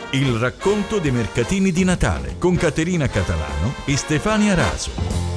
Il racconto dei mercatini di Natale con Caterina Catalano e Stefania Raso.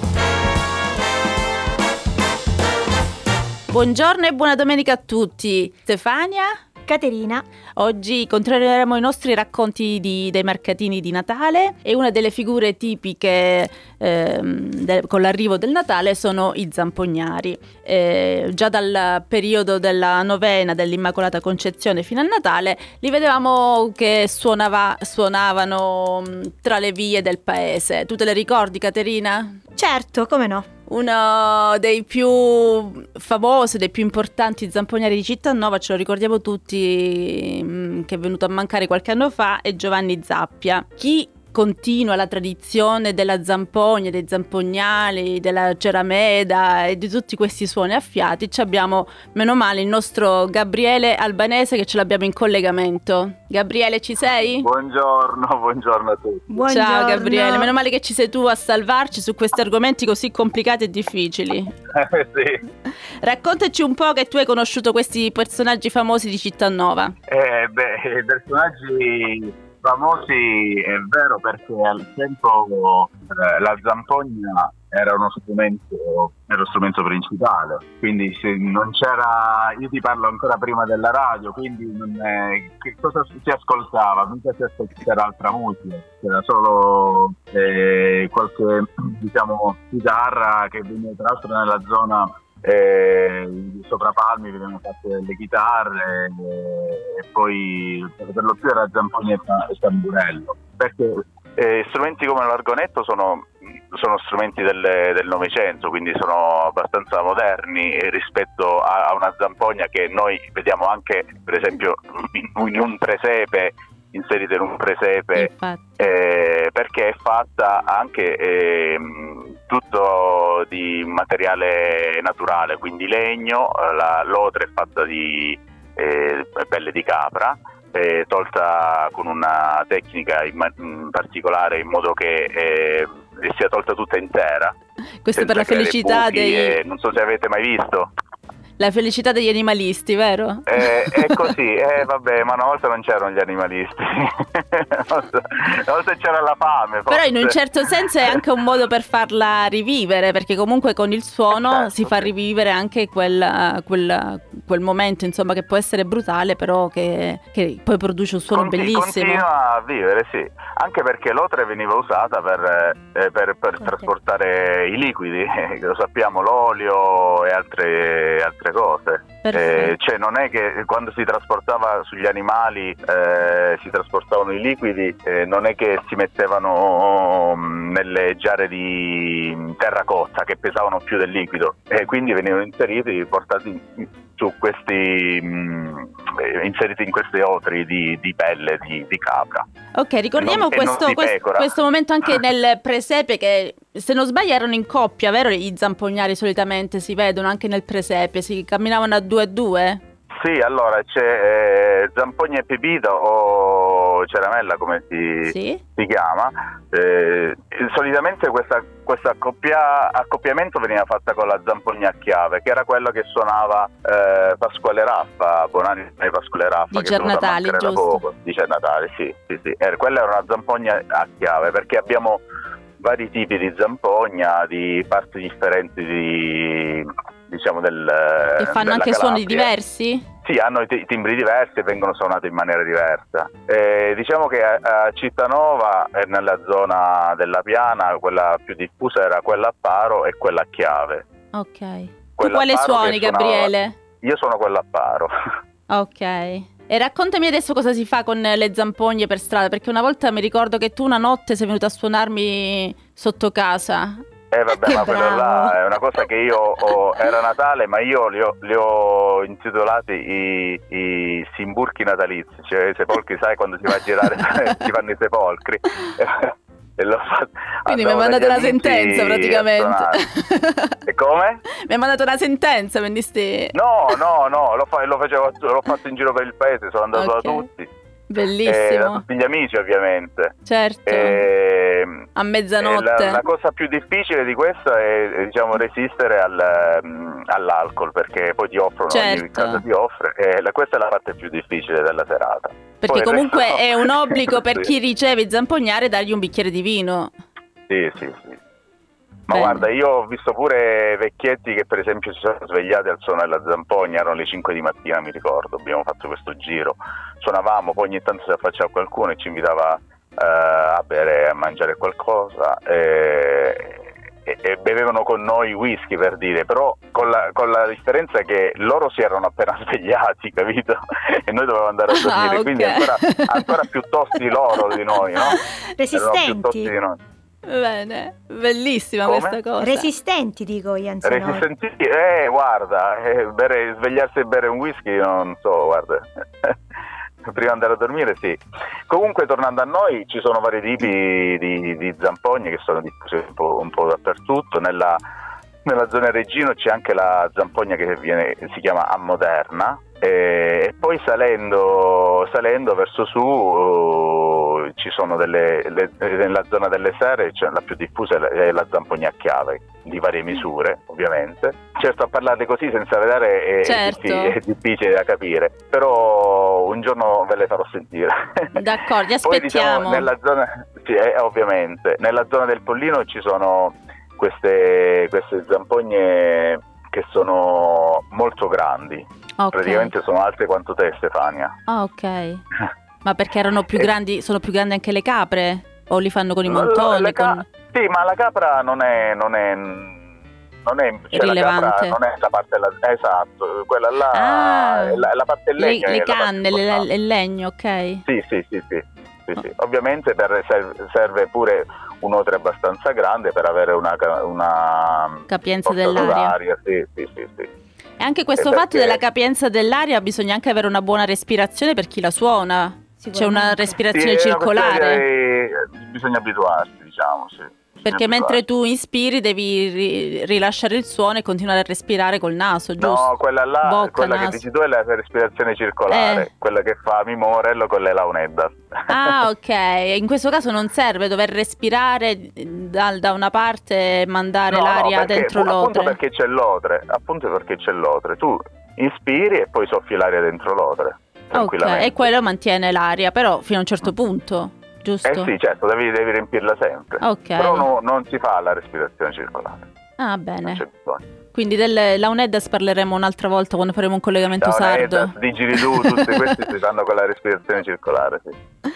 Buongiorno e buona domenica a tutti. Stefania, Caterina. oggi continueremo i nostri racconti dei mercatini di Natale e una delle figure tipiche con l'arrivo del Natale sono i zampognari. Già dal periodo della novena dell'Immacolata Concezione fino a Natale li vedevamo che suonavano tra le vie del paese. Tu te le ricordi, Caterina? Certo, come no. Uno dei più famosi, dei più importanti zampognari di Cittanova, ce lo ricordiamo tutti, che è venuto a mancare qualche anno fa, è Giovanni Zappia. Chi continua la tradizione della zampogna, dei zampognali, della cerameda e di tutti questi suoni a fiati, ci abbiamo, meno male, il nostro Gabriele Albanese che ce l'abbiamo in collegamento. Gabriele, ci sei? Buongiorno a tutti. Buongiorno. Ciao Gabriele, meno male che ci sei tu a salvarci su questi argomenti così complicati e difficili. Sì. Raccontaci un po' che tu hai conosciuto questi personaggi famosi di Cittanova. I personaggi famosi è vero, perché al tempo la zampogna era lo strumento principale, quindi se non c'era, io ti parlo ancora prima della radio, quindi che cosa si ascoltava? Mica si c'era altra musica, c'era solo qualche chitarra che veniva tra l'altro nella zona sopra Palmi, venivano fatte le chitarre e poi per lo più era zampogna e tamburello, perché strumenti come l'argonetto sono strumenti del Novecento, quindi sono abbastanza moderni rispetto a una zampogna che noi vediamo anche per esempio in un presepe, inserita in un presepe, perché è fatta anche tutto di materiale naturale, quindi legno, la lotra è fatta di pelle di capra, tolta con una tecnica in particolare in modo che sia tolta tutta intera. Questo per la felicità non so se avete mai visto. La felicità degli animalisti, vero? È così, vabbè, ma una volta non c'erano gli animalisti, una volta c'era la fame. Forse. Però in un certo senso è anche un modo per farla rivivere, perché comunque con il suono si fa rivivere anche quel momento, insomma, che può essere brutale, però che poi produce un suono bellissimo. Continua a vivere, sì, anche perché l'otre veniva usata per trasportare i liquidi, lo sappiamo, l'olio e altre cose. Cioè non è che quando si trasportava sugli animali si trasportavano i liquidi, non è che si mettevano nelle giare di terracotta che pesavano più del liquido, e quindi venivano portati su questi inseriti in questi otri di pelle di capra. Ok, ricordiamo questo momento anche nel presepe, che se non sbaglio erano in coppia, vero? I zampognari solitamente si vedono anche nel presepe, si camminavano a 2 a 2? Sì, allora c'è zampogna e pepito o ceramella, si chiama. Solitamente questo accoppiamento veniva fatta con la zampogna a chiave, che era quella che suonava Pasquale Raffa, Bonanni e Pasquale Raffa, di Cernatali, giusto? Poco. Di Cernatali, sì. Quella era una zampogna a chiave, perché abbiamo vari tipi di zampogna, di parti differenti che fanno anche suoni diversi? Sì, hanno i timbri diversi e vengono suonati in maniera diversa. Diciamo che a Cittanova e nella zona della Piana quella più diffusa era quella a paro e quella a chiave. Ok. Tu quale suoni, Gabriele? Io suono quella a paro. Ok. E raccontami adesso cosa si fa con le zampogne per strada, perché una volta mi ricordo che tu una notte sei venuta a suonarmi sotto casa. Vabbè, ma quello là è una cosa che era Natale, ma io li ho intitolati i simburchi natalizi, cioè i sepolcri, sai, quando si va a girare si fanno i sepolcri. Quindi mi ha mandato una sentenza praticamente. E come? Mi ha mandato una sentenza, quindi No, l'ho fatto in giro per il paese, sono andato da tutti. Bellissimo. Da tutti gli amici, ovviamente. Certo. A mezzanotte. La cosa più difficile di questo è resistere all'alcol, perché poi ti offrono, certo. ogni casa ti offre, e questa è la parte più difficile della serata. Perché Poi comunque adesso- è un obbligo per Sì. chi riceve zampognare dargli un bicchiere di vino. Sì. Ma Bene. guarda, io ho visto pure vecchietti che per esempio si sono svegliati al suono della zampogna, erano le 5 di mattina, mi ricordo, abbiamo fatto questo giro, suonavamo, poi ogni tanto si affacciava qualcuno e ci invitava a bere, a mangiare qualcosa e bevevano con noi whisky, per dire, però con la differenza che loro si erano appena svegliati, capito? E noi dovevamo andare a dormire, ok. quindi ancora più tosti loro di noi, no? Erano più tosti di noi. Bene, bellissima Come? questa cosa. Resistenti, dico gli anziani. Resistenti, guarda, svegliarsi e bere un whisky, non so, guarda, prima di andare a dormire sì. Comunque, tornando a noi, ci sono vari tipi di zampogne che sono diffusi un po' dappertutto. Nella zona Reggino c'è anche la zampogna che si chiama a Moderna, e poi salendo verso su ci sono nella zona delle Serre, cioè la più diffusa è la zampogna a chiave, di varie misure ovviamente. Certo, a parlarle così senza vedere Certo. è difficile da capire, però un giorno ve le farò sentire. D'accordo, ti Poi, aspettiamo. nella zona, sì, ovviamente, nella zona del Pollino ci sono queste zampogne che sono molto grandi. Ok. Praticamente sono alte quanto te, Stefania. Ah, ok. Ma perché erano più grandi, sono più grandi anche le capre? O li fanno con i montoni? Sì, ma la capra non è cioè la capra Rilevante. non è la parte esatto, quella là Ah, è la parte in legno, le è la parte canne, importante. il legno, ok. Sì. Ovviamente serve pure un odore abbastanza grande per avere una Capienza portata dell'aria. d'aria. Sì. E anche questo perché- fatto della capienza dell'aria, bisogna anche avere una buona respirazione per chi la suona. C'è una Sicuramente. respirazione Sì, è una questione circolare. bisogna abituarsi, diciamo, sì. Perché mentre tu inspiri devi rilasciare il suono e continuare a respirare col naso, giusto? No, quella là, Bocca, quella naso. che dici tu è la respirazione circolare, quella che fa Mimo Morello con le launeddas. Ah, ok. In questo caso non serve dover respirare da una parte e mandare No, l'aria perché, dentro appunto l'odore. perché c'è l'odre. Tu inspiri e poi soffi l'aria dentro l'odre, Ok, tranquillamente. e quello mantiene l'aria, però fino a un certo punto, giusto? Sì, certo, devi riempirla sempre. Ok. Però non si fa la respirazione circolare. Ah, Non bene. c'è bisogno. Quindi delle launeddas parleremo un'altra volta quando faremo un collegamento sardo. Digiridù, tutti questi si fanno con la respirazione circolare, sì.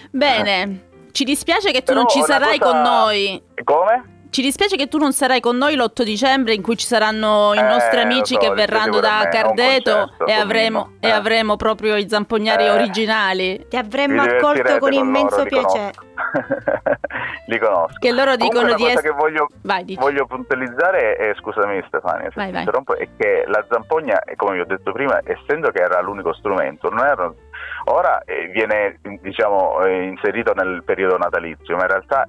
Bene, ci dispiace che tu Però non ci una sarai cosa- con noi. Come? Ci dispiace che tu non sarai con noi l'8 dicembre in cui ci saranno i nostri lo amici so, che dispiace verranno pure a da me, è un Cardeto concerto e con avremo, Mimmo. e avremo proprio i zampognari originali. Ti avremmo Vi accolto divertirete con immenso loro, li piacere. conosco. Li conosco. Che loro dicono Comunque, di una cosa essere... che voglio Vai, dici. voglio puntualizzare è, scusami Stefania se Vai, ti vai. interrompo, è che la zampogna, come vi ho detto prima, essendo che era l'unico strumento, non erano, ora viene diciamo inserito nel periodo natalizio, ma in realtà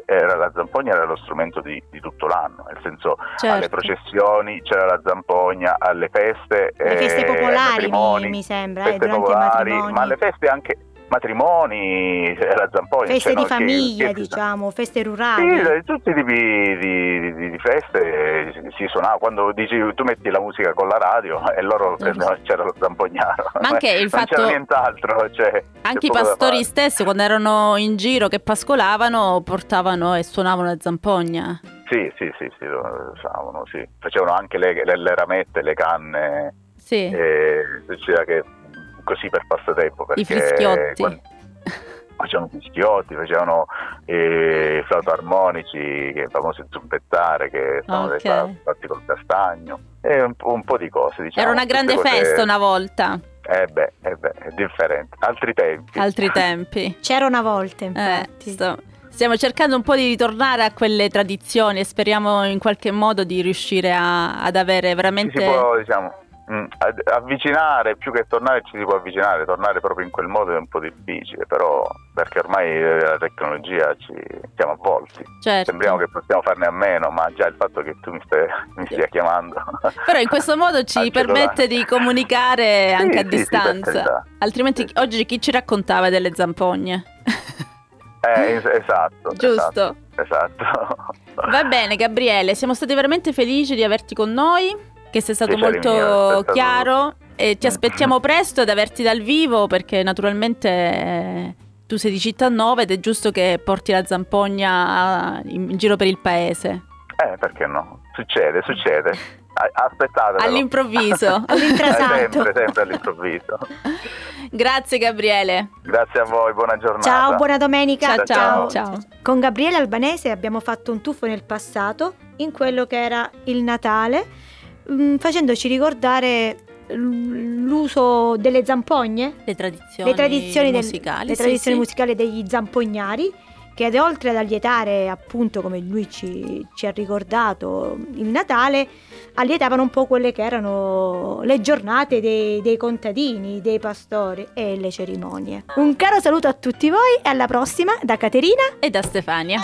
la zampogna era lo strumento di tutto l'anno, nel senso Certo. alle processioni c'era la zampogna, alle feste, Le feste popolari matrimoni, mi sembra, feste durante i popolari, matrimoni. ma alle feste anche matrimoni, la zampogna, Feste di c'erano anche- famiglia, che- diciamo, feste sì, rurali. tutti i tipi di feste si suonava. Quando dici tu metti la musica con la radio e loro c'era lo zampognaro. Ma anche il non fatto- c'era nient'altro. Cioè, Anche i c'è poco da pastori fare. stessi, quando erano in giro che pascolavano, portavano e suonavano la zampogna. Sì, lo usavano, sì. Facevano anche le ramette, le canne, Sì. c'era che così per passatempo. Perché I fischiotti. Facevano fischiotti, facevano flautoarmonici, che famosi zumpettare, che sono Ok. fatti col castagno, e un po' di cose, diciamo. Era una grande Queste cose- festa una volta, è differente. Altri tempi. altri tempi. C'era una volta, infatti. Stiamo cercando un po' di ritornare a quelle tradizioni e speriamo in qualche modo di riuscire ad avere Ci veramente... si può, diciamo, avvicinare, più che tornare ci si può avvicinare, tornare proprio in quel modo è un po' difficile, però perché ormai la tecnologia ci siamo avvolti. Certo. Sembriamo che possiamo farne a meno, ma già il fatto che tu mi stia chiamando. Però in questo modo ci Al permette cellulare. di comunicare anche a Sì, per distanza. carità. Altrimenti Sì. oggi chi ci raccontava delle zampogne? Esatto. Giusto. Esatto. Va bene Gabriele, siamo stati veramente felici di averti con noi, che sei stato Piacere molto mio, è stato chiaro E ti aspettiamo presto ad averti dal vivo, perché naturalmente tu sei di Cittanova ed è giusto che porti la zampogna in giro per il paese. Perché no? Succede. Aspettatelo. All'improvviso. sempre all'improvviso. Grazie Gabriele. Grazie a voi, buona giornata. Ciao, buona domenica. Ciao. Con Gabriele Albanese abbiamo fatto un tuffo nel passato, in quello che era il Natale, facendoci ricordare l'uso delle zampogne, le tradizioni musicali degli zampognari, che oltre ad allietare, appunto, come lui ci ha ricordato, il Natale, allietavano un po' quelle che erano le giornate dei contadini, dei pastori e le cerimonie. Un caro saluto a tutti voi e alla prossima da Caterina e da Stefania.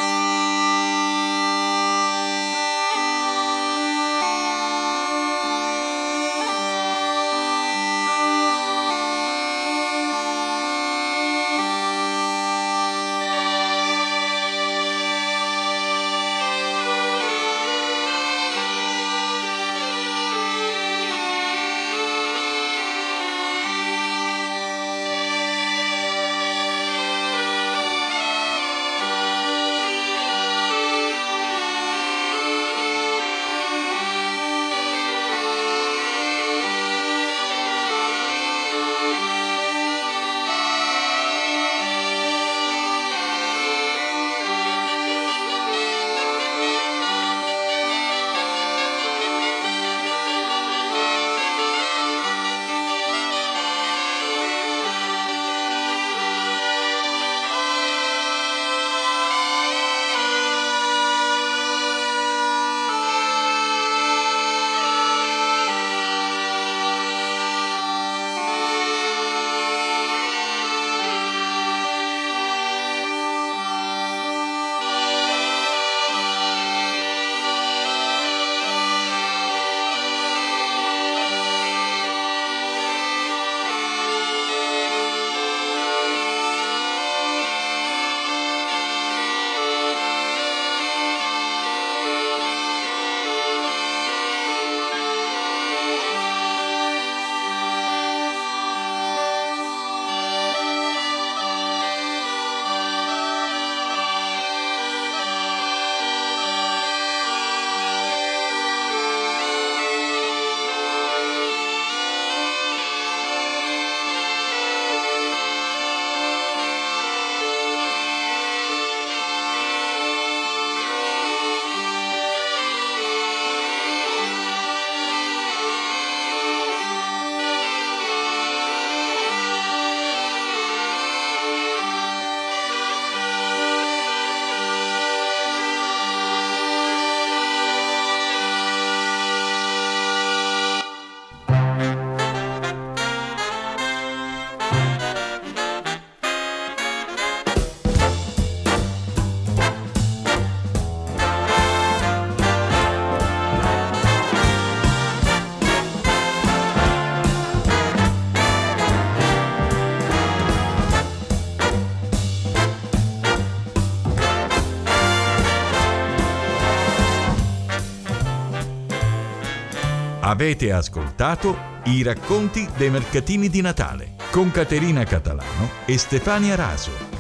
Avete ascoltato i racconti dei mercatini di Natale con Caterina Catalano e Stefania Raso.